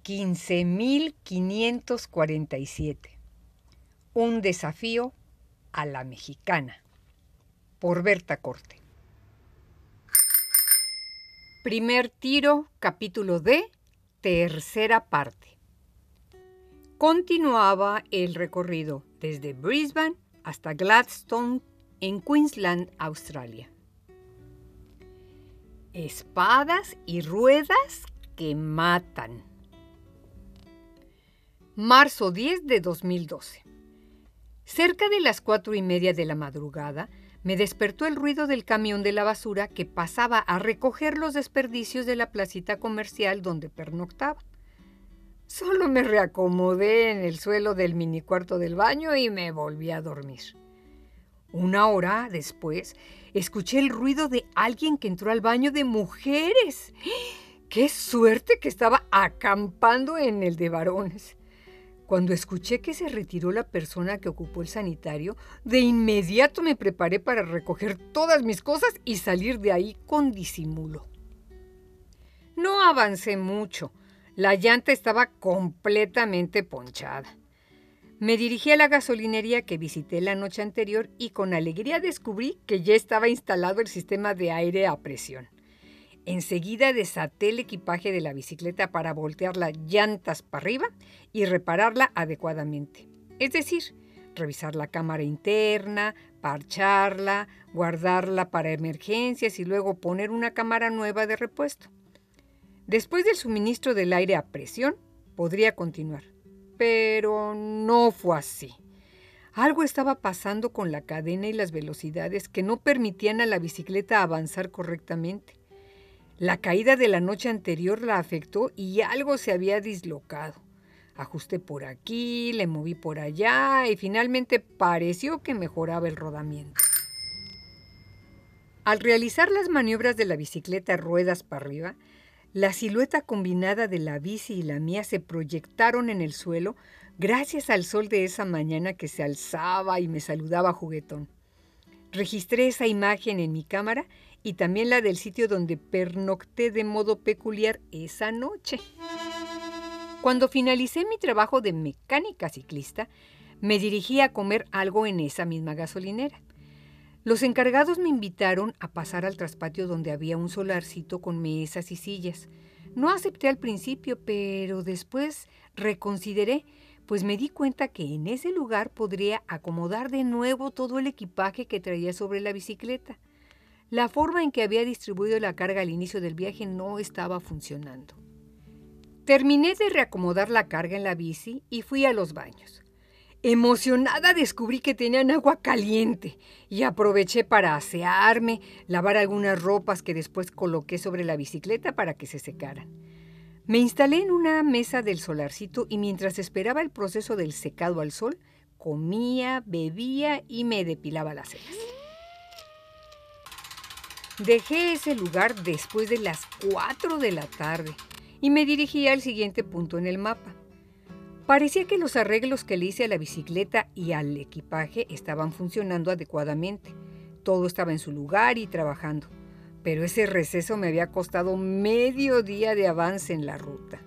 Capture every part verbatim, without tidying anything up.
quince mil quinientos cuarenta y siete. Un desafío a la mexicana, por Berta Corte. Primer tiro, capítulo D, tercera parte. Continuaba el recorrido desde Brisbane hasta Gladstone, en Queensland, Australia. Espadas y ruedas que matan. Marzo diez de dos mil doce. Cerca de las cuatro y media de la madrugada, me despertó el ruido del camión de la basura que pasaba a recoger los desperdicios de la placita comercial donde pernoctaba. Solo me reacomodé en el suelo del minicuarto del baño y me volví a dormir. Una hora después, escuché el ruido de alguien que entró al baño de mujeres. ¡Qué suerte que estaba acampando en el de varones! Cuando escuché que se retiró la persona que ocupó el sanitario, de inmediato me preparé para recoger todas mis cosas y salir de ahí con disimulo. No avancé mucho. La llanta estaba completamente ponchada. Me dirigí a la gasolinería que visité la noche anterior y con alegría descubrí que ya estaba instalado el sistema de aire a presión. Enseguida desaté el equipaje de la bicicleta para voltear las llantas para arriba y repararla adecuadamente. Es decir, revisar la cámara interna, parcharla, guardarla para emergencias y luego poner una cámara nueva de repuesto. Después del suministro del aire a presión, podría continuar. Pero no fue así. Algo estaba pasando con la cadena y las velocidades que no permitían a la bicicleta avanzar correctamente. La caída de la noche anterior la afectó y algo se había dislocado. Ajusté por aquí, le moví por allá y finalmente pareció que mejoraba el rodamiento. Al realizar las maniobras de la bicicleta ruedas para arriba, la silueta combinada de la bici y la mía se proyectaron en el suelo gracias al sol de esa mañana que se alzaba y me saludaba juguetón. Registré esa imagen en mi cámara y también la del sitio donde pernocté de modo peculiar esa noche. Cuando finalicé mi trabajo de mecánica ciclista, me dirigí a comer algo en esa misma gasolinera. Los encargados me invitaron a pasar al traspatio donde había un solarcito con mesas y sillas. No acepté al principio, pero después reconsideré, pues me di cuenta que en ese lugar podría acomodar de nuevo todo el equipaje que traía sobre la bicicleta. La forma en que había distribuido la carga al inicio del viaje no estaba funcionando. Terminé de reacomodar la carga en la bici y fui a los baños. Emocionada descubrí que tenían agua caliente y aproveché para asearme, lavar algunas ropas que después coloqué sobre la bicicleta para que se secaran. Me instalé en una mesa del solarcito y mientras esperaba el proceso del secado al sol, comía, bebía y me depilaba las cejas. Dejé ese lugar después de las cuatro de la tarde y me dirigí al siguiente punto en el mapa. Parecía que los arreglos que le hice a la bicicleta y al equipaje estaban funcionando adecuadamente. Todo estaba en su lugar y trabajando, pero ese receso me había costado medio día de avance en la ruta.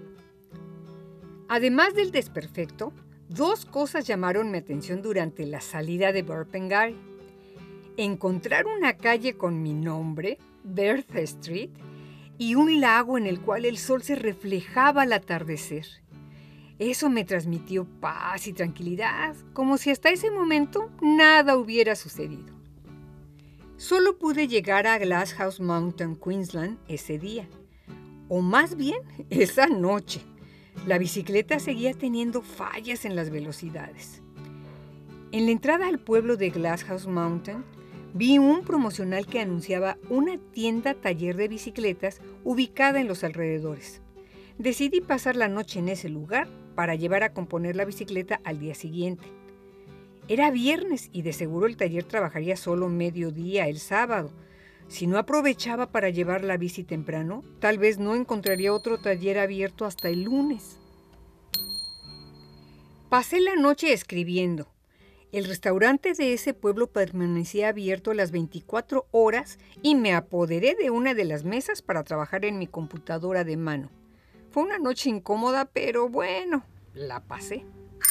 Además del desperfecto, dos cosas llamaron mi atención durante la salida de Burpengary. Encontrar una calle con mi nombre, Bertha Street, y un lago en el cual el sol se reflejaba al atardecer. Eso me transmitió paz y tranquilidad, como si hasta ese momento nada hubiera sucedido. Solo pude llegar a Glasshouse Mountain, Queensland, ese día, o más bien esa noche. La bicicleta seguía teniendo fallas en las velocidades. En la entrada al pueblo de Glasshouse Mountain, vi un promocional que anunciaba una tienda taller de bicicletas ubicada en los alrededores. Decidí pasar la noche en ese lugar para llevar a componer la bicicleta al día siguiente. Era viernes y de seguro el taller trabajaría solo mediodía el sábado. Si no aprovechaba para llevar la bici temprano, tal vez no encontraría otro taller abierto hasta el lunes. Pasé la noche escribiendo. El restaurante de ese pueblo permanecía abierto las veinticuatro horas y me apoderé de una de las mesas para trabajar en mi computadora de mano. Fue una noche incómoda, pero bueno, la pasé.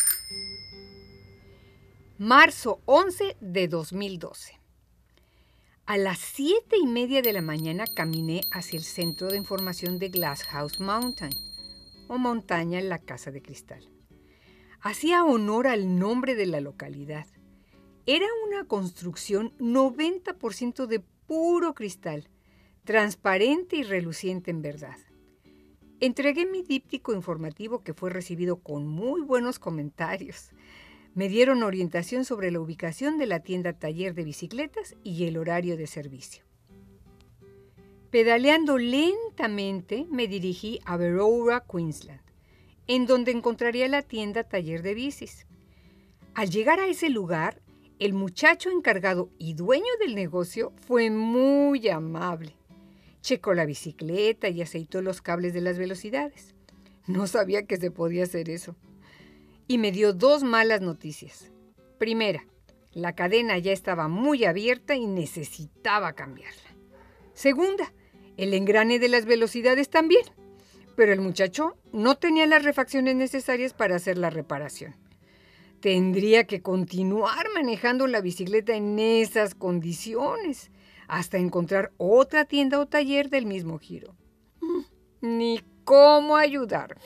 Marzo once de dos mil doce. A las siete y media de la mañana caminé hacia el Centro de Información de Glasshouse Mountain, o Montaña en la Casa de Cristal. Hacía honor al nombre de la localidad. Era una construcción noventa por ciento de puro cristal, transparente y reluciente en verdad. Entregué mi díptico informativo que fue recibido con muy buenos comentarios. Me dieron orientación sobre la ubicación de la tienda taller de bicicletas y el horario de servicio. Pedaleando lentamente me dirigí a Berowra, Queensland, en donde encontraría la tienda taller de bicis. Al llegar a ese lugar, el muchacho encargado y dueño del negocio fue muy amable. Checó la bicicleta y aceitó los cables de las velocidades. No sabía que se podía hacer eso. Y me dio dos malas noticias. Primera, la cadena ya estaba muy abierta y necesitaba cambiarla. Segunda, el engrane de las velocidades también, pero el muchacho no tenía las refacciones necesarias para hacer la reparación. Tendría que continuar manejando la bicicleta en esas condiciones hasta encontrar otra tienda o taller del mismo giro. Ni cómo ayudarme.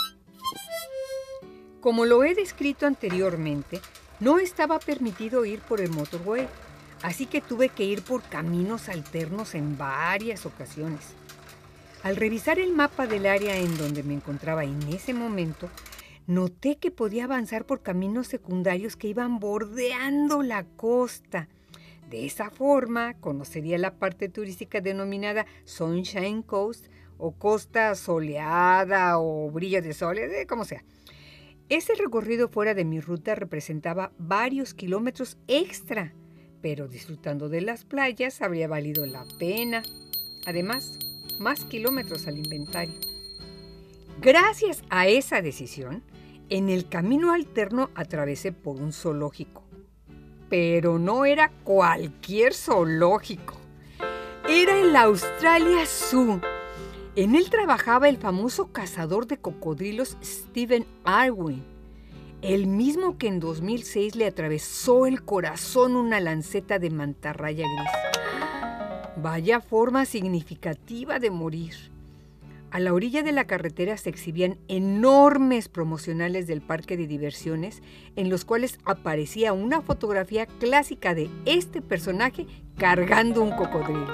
Como lo he descrito anteriormente, no estaba permitido ir por el motorway, así que tuve que ir por caminos alternos en varias ocasiones. Al revisar el mapa del área en donde me encontraba en ese momento, noté que podía avanzar por caminos secundarios que iban bordeando la costa. De esa forma, conocería la parte turística denominada Sunshine Coast, o costa soleada, o brillo de sol, eh, como sea. Ese recorrido fuera de mi ruta representaba varios kilómetros extra, pero disfrutando de las playas habría valido la pena. Además, más kilómetros al inventario. Gracias a esa decisión, en el camino alterno atravesé por un zoológico. Pero no era cualquier zoológico. Era el Australia Zoo. En él trabajaba el famoso cazador de cocodrilos Stephen Irwin, el mismo que en dos mil seis le atravesó el corazón una lanceta de mantarraya gris. Vaya forma significativa de morir. A la orilla de la carretera se exhibían enormes promocionales del parque de diversiones en los cuales aparecía una fotografía clásica de este personaje cargando un cocodrilo.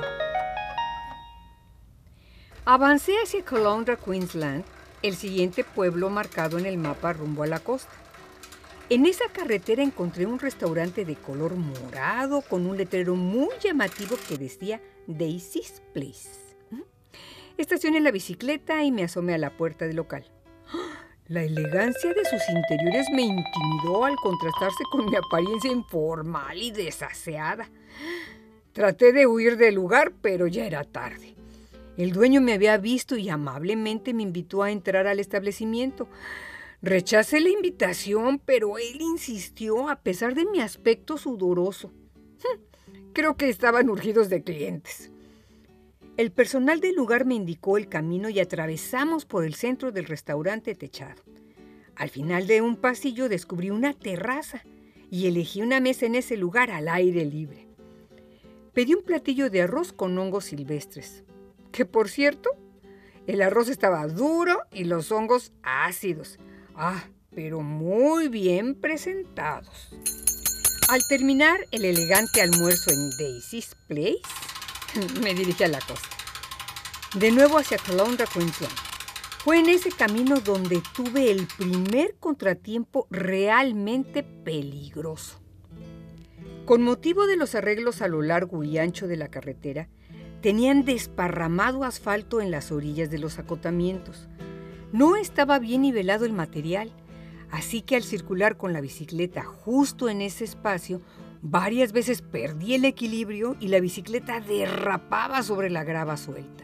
Avancé hacia Caloundra, Queensland, el siguiente pueblo marcado en el mapa rumbo a la costa. En esa carretera encontré un restaurante de color morado con un letrero muy llamativo que decía Daisy's Place. Estacioné la bicicleta y me asomé a la puerta del local. La elegancia de sus interiores me intimidó al contrastarse con mi apariencia informal y desaseada. Traté de huir del lugar, pero ya era tarde. El dueño me había visto y amablemente me invitó a entrar al establecimiento. Rechacé la invitación, pero él insistió a pesar de mi aspecto sudoroso. Creo que estaban urgidos de clientes. El personal del lugar me indicó el camino y atravesamos por el centro del restaurante techado. Al final de un pasillo descubrí una terraza y elegí una mesa en ese lugar al aire libre. Pedí un platillo de arroz con hongos silvestres. Que por cierto, el arroz estaba duro y los hongos ácidos. Ah, pero muy bien presentados. Al terminar el elegante almuerzo en Daisy's Place, me dirigí a la costa. De nuevo hacia Caloundra, Queensland. Fue en ese camino donde tuve el primer contratiempo realmente peligroso. Con motivo de los arreglos a lo largo y ancho de la carretera, tenían desparramado asfalto en las orillas de los acotamientos. No estaba bien nivelado el material, así que al circular con la bicicleta justo en ese espacio, varias veces perdí el equilibrio y la bicicleta derrapaba sobre la grava suelta.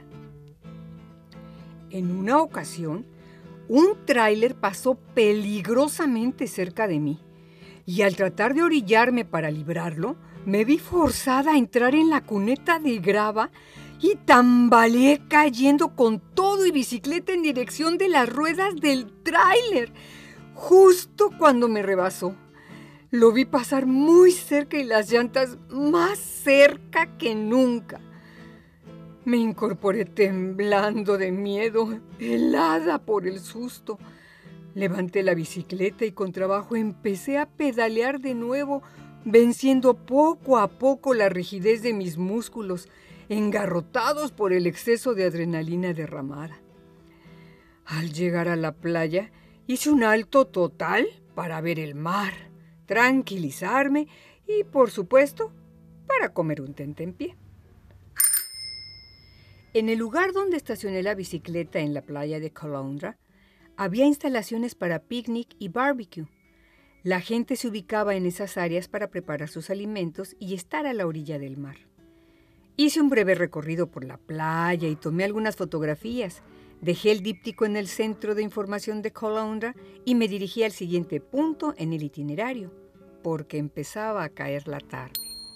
En una ocasión, un tráiler pasó peligrosamente cerca de mí y al tratar de orillarme para librarlo, me vi forzada a entrar en la cuneta de grava y tambaleé cayendo con todo y bicicleta en dirección de las ruedas del tráiler, justo cuando me rebasó. Lo vi pasar muy cerca y las llantas más cerca que nunca. Me incorporé temblando de miedo, helada por el susto. Levanté la bicicleta y con trabajo empecé a pedalear de nuevo, venciendo poco a poco la rigidez de mis músculos, engarrotados por el exceso de adrenalina derramada. Al llegar a la playa, hice un alto total para ver el mar, tranquilizarme y, por supuesto, para comer un tentempié. En el lugar donde estacioné la bicicleta en la playa de Caloundra, había instalaciones para picnic y barbecue. La gente se ubicaba en esas áreas para preparar sus alimentos y estar a la orilla del mar. Hice un breve recorrido por la playa y tomé algunas fotografías. Dejé el díptico en el centro de información de Caloundra y me dirigí al siguiente punto en el itinerario, porque empezaba a caer la tarde.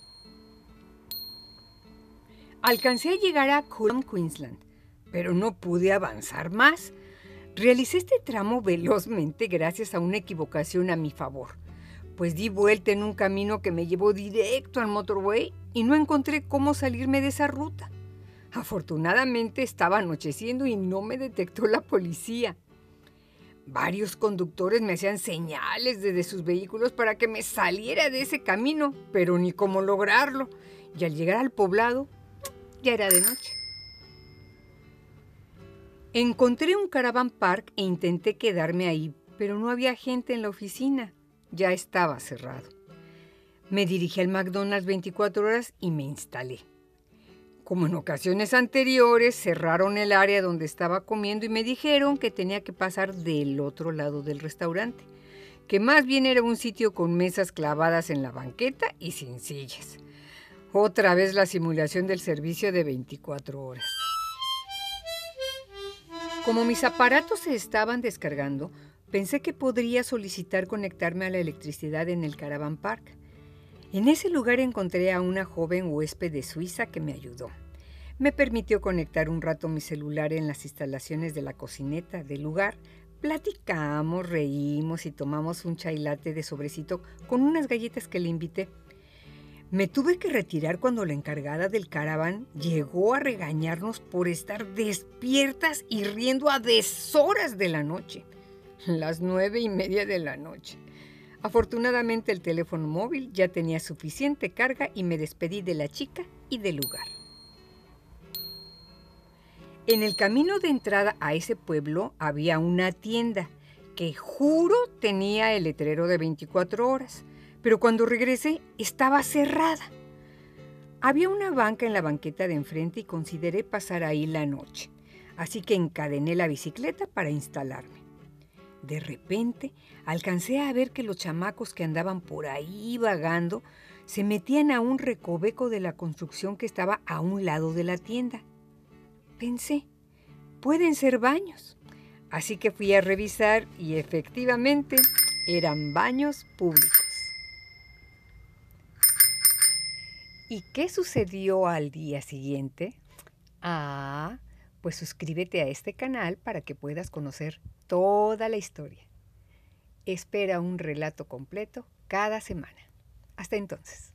Alcancé a llegar a Coolum, Queensland, pero no pude avanzar más. Realicé este tramo velozmente gracias a una equivocación a mi favor, pues di vuelta en un camino que me llevó directo al motorway y no encontré cómo salirme de esa ruta. Afortunadamente estaba anocheciendo y no me detectó la policía. Varios conductores me hacían señales desde sus vehículos para que me saliera de ese camino, pero ni cómo lograrlo. Y al llegar al poblado, ya era de noche. Encontré un caravan park e intenté quedarme ahí, pero no había gente en la oficina. Ya estaba cerrado. Me dirigí al McDonald's veinticuatro horas y me instalé. Como en ocasiones anteriores, cerraron el área donde estaba comiendo y me dijeron que tenía que pasar del otro lado del restaurante, que más bien era un sitio con mesas clavadas en la banqueta y sin sillas. Otra vez la simulación del servicio de veinticuatro horas. Como mis aparatos se estaban descargando, pensé que podría solicitar conectarme a la electricidad en el Caravan Park. En ese lugar encontré a una joven huésped de Suiza que me ayudó. Me permitió conectar un rato mi celular en las instalaciones de la cocineta del lugar. Platicamos, reímos y tomamos un chai latte de sobrecito con unas galletas que le invité. Me tuve que retirar cuando la encargada del caravan llegó a regañarnos por estar despiertas y riendo a deshoras de la noche. Las nueve y media de la noche. Afortunadamente el teléfono móvil ya tenía suficiente carga y me despedí de la chica y del lugar. En el camino de entrada a ese pueblo había una tienda que juro tenía el letrero de veinticuatro horas, pero cuando regresé estaba cerrada. Había una banca en la banqueta de enfrente y consideré pasar ahí la noche, así que encadené la bicicleta para instalarme. De repente, alcancé a ver que los chamacos que andaban por ahí vagando se metían a un recoveco de la construcción que estaba a un lado de la tienda. Pensé, pueden ser baños. Así que fui a revisar y efectivamente eran baños públicos. ¿Y qué sucedió al día siguiente? Ah, pues suscríbete a este canal para que puedas conocer toda la historia. Espera un relato completo cada semana. Hasta entonces.